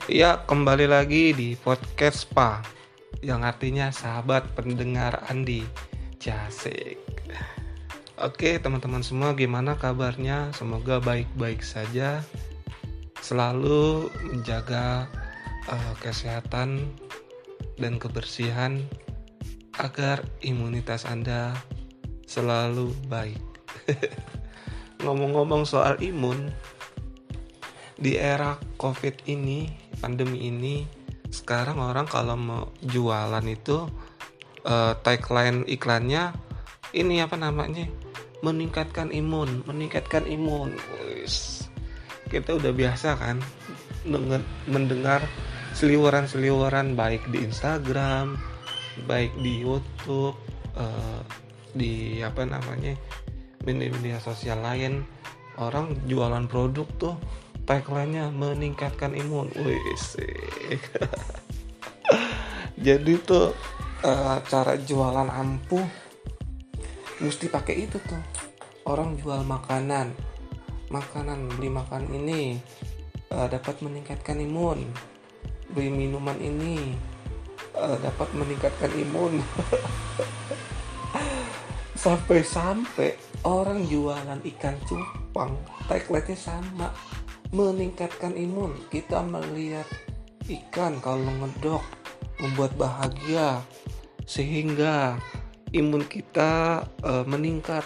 Ya, kembali lagi di podcast Spa, yang artinya sahabat pendengar Andi. Jasik. Oke, teman-teman semua, gimana kabarnya? Semoga baik-baik saja. Selalu menjaga kesehatan dan kebersihan agar imunitas Anda selalu baik. Ngomong-ngomong soal imun, di era COVID ini, pandemi ini, sekarang orang kalau mau jualan itu tagline iklannya ini apa namanya? Meningkatkan imun, meningkatkan imun. Wis. Kita udah biasa kan mendengar seliweran-seliweran baik di Instagram, baik di YouTube, di apa namanya? media sosial lain, orang jualan produk tuh tagline-nya meningkatkan imun. Wis. Jadi tuh cara jualan ampuh mesti pakai itu tuh. Orang jual makanan, beli makan ini dapat meningkatkan imun. Beli minuman ini dapat meningkatkan imun. Sampai orang jualan ikan cupang, tagline-nya sama, meningkatkan imun. Kita melihat ikan kalau ngedok membuat bahagia sehingga imun kita meningkat.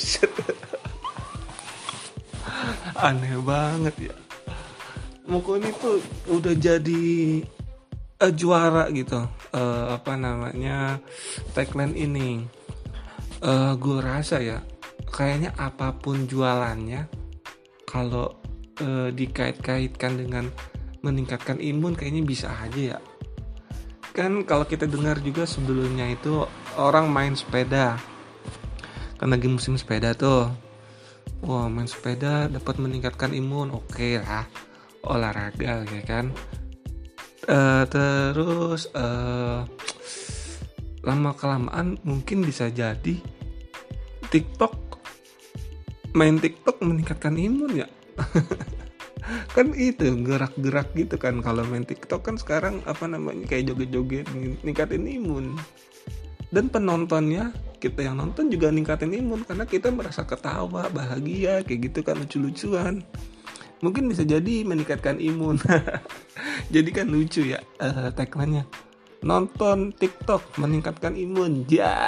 Aneh banget ya. Pokoknya tuh udah jadi juara gitu. Apa namanya, tagline ini. Gue rasa ya, kayaknya apapun jualannya, kalau dikait-kaitkan dengan meningkatkan imun, kayaknya bisa aja ya. Kan kalau kita dengar juga sebelumnya itu orang main sepeda, kan lagi musim sepeda tuh. Wah, main sepeda dapat meningkatkan imun, oke lah, olahraga ya kan. Terus lama kelamaan mungkin bisa jadi main TikTok meningkatkan imun ya. Kan itu gerak-gerak gitu kan, kalau main TikTok kan sekarang apa namanya, kayak joget-joget ningkatin imun. Dan penontonnya, kita yang nonton juga ningkatin imun karena kita merasa ketawa, bahagia kayak gitu kan, lucu-lucuan. Mungkin bisa jadi meningkatkan imun. Jadi kan lucu ya tagline-nya. Nonton TikTok meningkatkan imun. Ya.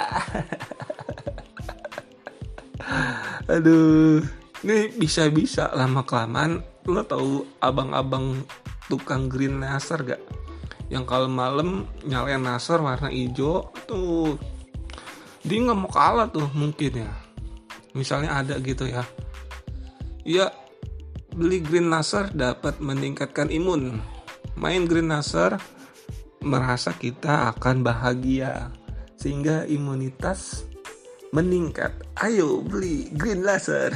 Aduh, ini bisa-bisa lama kelamaan. Lo tahu abang-abang tukang green laser gak? Yang kalau malam nyalain laser warna hijau tuh, dia nggak mau kalah tuh mungkin ya. Misalnya ada gitu ya. Ya, beli green laser dapat meningkatkan imun. Main green laser merasa kita akan bahagia sehingga imunitas meningkat. Ayo beli green laser.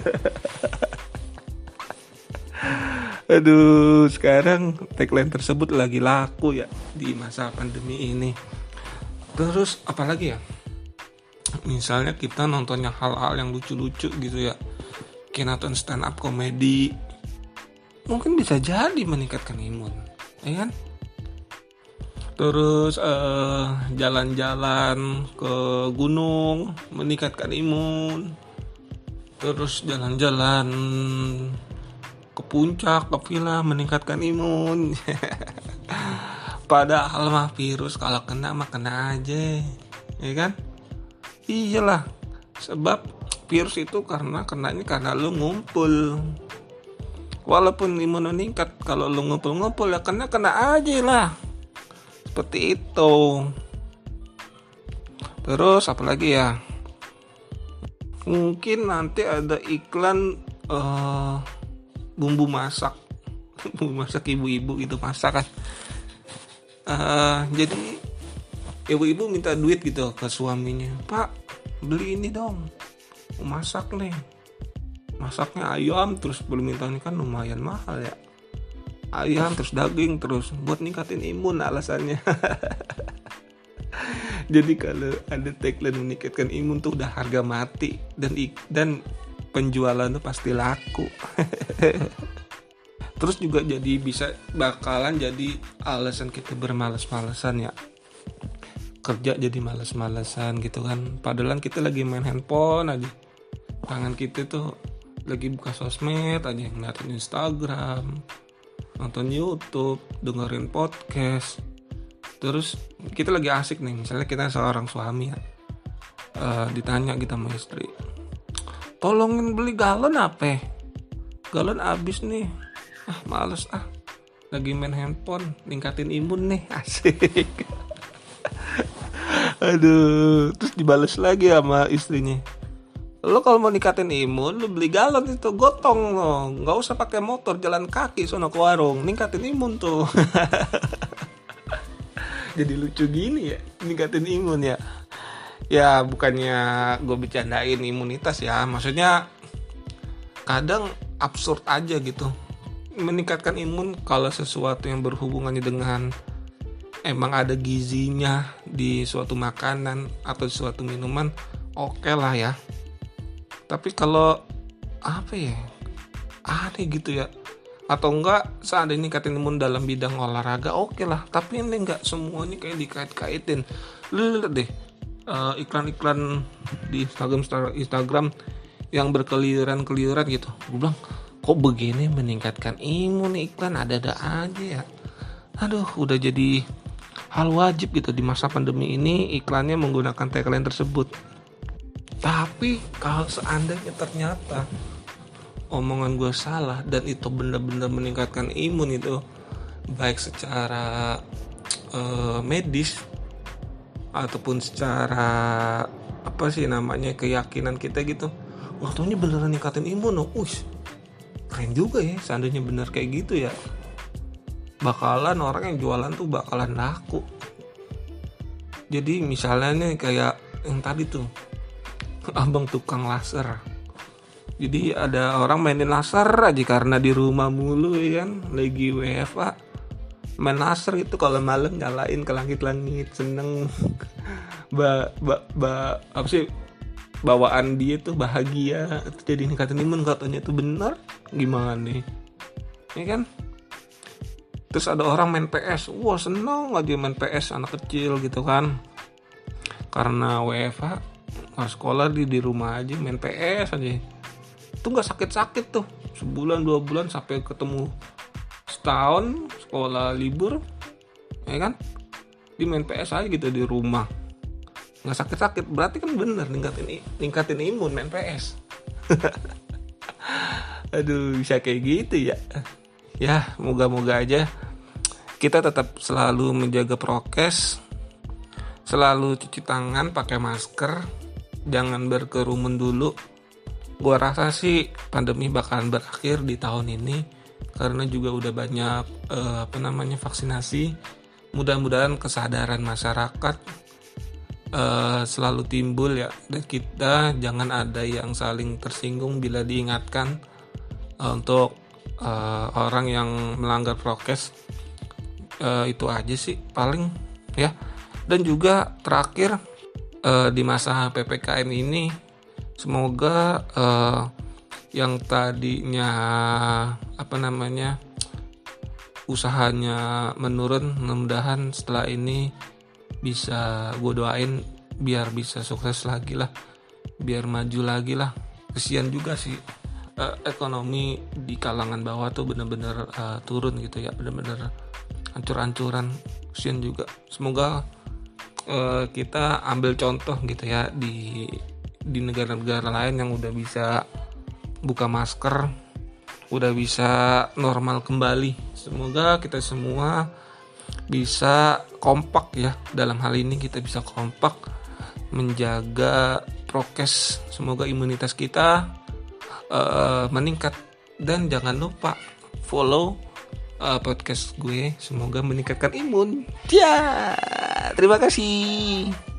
Aduh, sekarang tagline tersebut lagi laku ya di masa pandemi ini. Terus apalagi ya? Misalnya kita nontonnya hal-hal yang lucu-lucu gitu ya, kayak nonton stand up komedi, mungkin bisa jadi meningkatkan imun, ya kan? Terus jalan-jalan ke gunung meningkatkan imun. Terus jalan-jalan ke puncak, ke villa meningkatkan imun. Padahal mah virus kalau kena mah kena aja, ya kan? Iyalah, sebab virus itu kenanya karena lu ngumpul. Walaupun imun meningkat, kalau lu ngumpul ya kena aja lah. Seperti itu. Terus apalagi ya? Mungkin nanti ada iklan bumbu masak. Bumbu masak ibu-ibu gitu masak kan. Jadi ibu-ibu minta duit gitu ke suaminya. Pak, beli ini dong, mau masak nih. Masaknya ayam terus permintaan ini kan lumayan mahal ya. Ayam terus daging terus buat ningkatin imun alasannya. Jadi kalau ada tagline meningkatkan imun tuh udah harga mati, dan penjualan tuh pasti laku. Terus juga jadi bakalan jadi alasan kita bermalas-malasan ya, kerja jadi malas-malasan gitu kan. Padahal kita lagi main handphone aja, tangan kita tuh lagi buka sosmed aja, ngeliatin Instagram, nonton YouTube, dengerin podcast. Terus kita lagi asik nih, misalnya kita seorang suami ya, ditanya kita sama istri, tolongin beli galon apa? Galon habis nih. Males lagi main handphone, ningkatin imun nih, asik. Aduh, terus dibales lagi sama istrinya, lo kalau mau ningkatin imun, lo beli galon itu, gotong lo, nggak usah pakai motor, jalan kaki sono ke warung, ningkatin imun tuh. Jadi lucu gini ya, ningkatin imun ya. Ya bukannya gue bercandain imunitas ya, maksudnya kadang absurd aja gitu. Meningkatkan imun kalau sesuatu yang berhubungannya dengan emang ada gizinya di suatu makanan atau suatu minuman, oke lah ya. Tapi kalau aneh gitu ya, atau enggak seandainya ningkatin imun dalam bidang olahraga, oke lah. Tapi ini enggak semuanya kayak dikait-kaitin. Lu lihat deh iklan-iklan di Instagram yang berkeliaran gitu. Gue bilang, kok begini meningkatkan imun iklan, ada-ada aja ya. Aduh, udah jadi hal wajib gitu di masa pandemi ini, iklannya menggunakan tagline tersebut. Tapi kalau seandainya ternyata omongan gue salah dan itu benar-benar meningkatkan imun itu, baik secara medis ataupun secara keyakinan kita gitu, waktunya beneran ningkatin imun, keren juga ya seandainya benar kayak gitu ya. Bakalan orang yang jualan tuh bakalan laku. Jadi misalnya nih kayak yang tadi tuh, abang tukang laser. Jadi ada orang mainin laser aja karena di rumah mulu ya kan, lagi WFA. Main laser itu kalau malam nyalain ke langit-langit, seneng. Bawaan dia tuh bahagia, jadi ningkatin imun, katanya tuh benar. Gimana nih? Ya kan? Terus ada orang main PS, seneng aja main PS, anak kecil gitu kan. Karena WFH, sekolah di rumah aja main PS aja. Itu gak sakit-sakit tuh, sebulan 2 bulan sampai ketemu setahun sekolah libur, ya kan? Di main PS aja gitu di rumah. Nggak sakit-sakit, berarti kan bener ningkatin imun main PS. Aduh, bisa kayak gitu ya. Ya, moga-moga aja kita tetap selalu menjaga prokes, selalu cuci tangan, pakai masker, jangan berkerumun dulu. Gua rasa sih pandemi bakalan berakhir di tahun ini karena juga udah banyak vaksinasi. Mudah-mudahan kesadaran masyarakat selalu timbul ya, dan kita jangan ada yang saling tersinggung bila diingatkan untuk orang yang melanggar prokes. Itu aja sih paling ya. Dan juga terakhir di masa PPKM ini, semoga yang tadinya usahanya menurun, mudah-mudahan setelah ini bisa gue doain biar bisa sukses lagi lah, biar maju lagi lah. Kesian juga sih ekonomi di kalangan bawah tuh bener-bener turun gitu ya, bener-bener hancur-hancuran. Kesian juga. Semoga kita ambil contoh gitu ya di negara-negara lain yang udah bisa buka masker, udah bisa normal kembali. Semoga kita semua bisa kompak ya, dalam hal ini kita bisa kompak menjaga prokes. Semoga imunitas kita meningkat. Dan jangan lupa follow podcast gue, semoga meningkatkan imun. Terima kasih.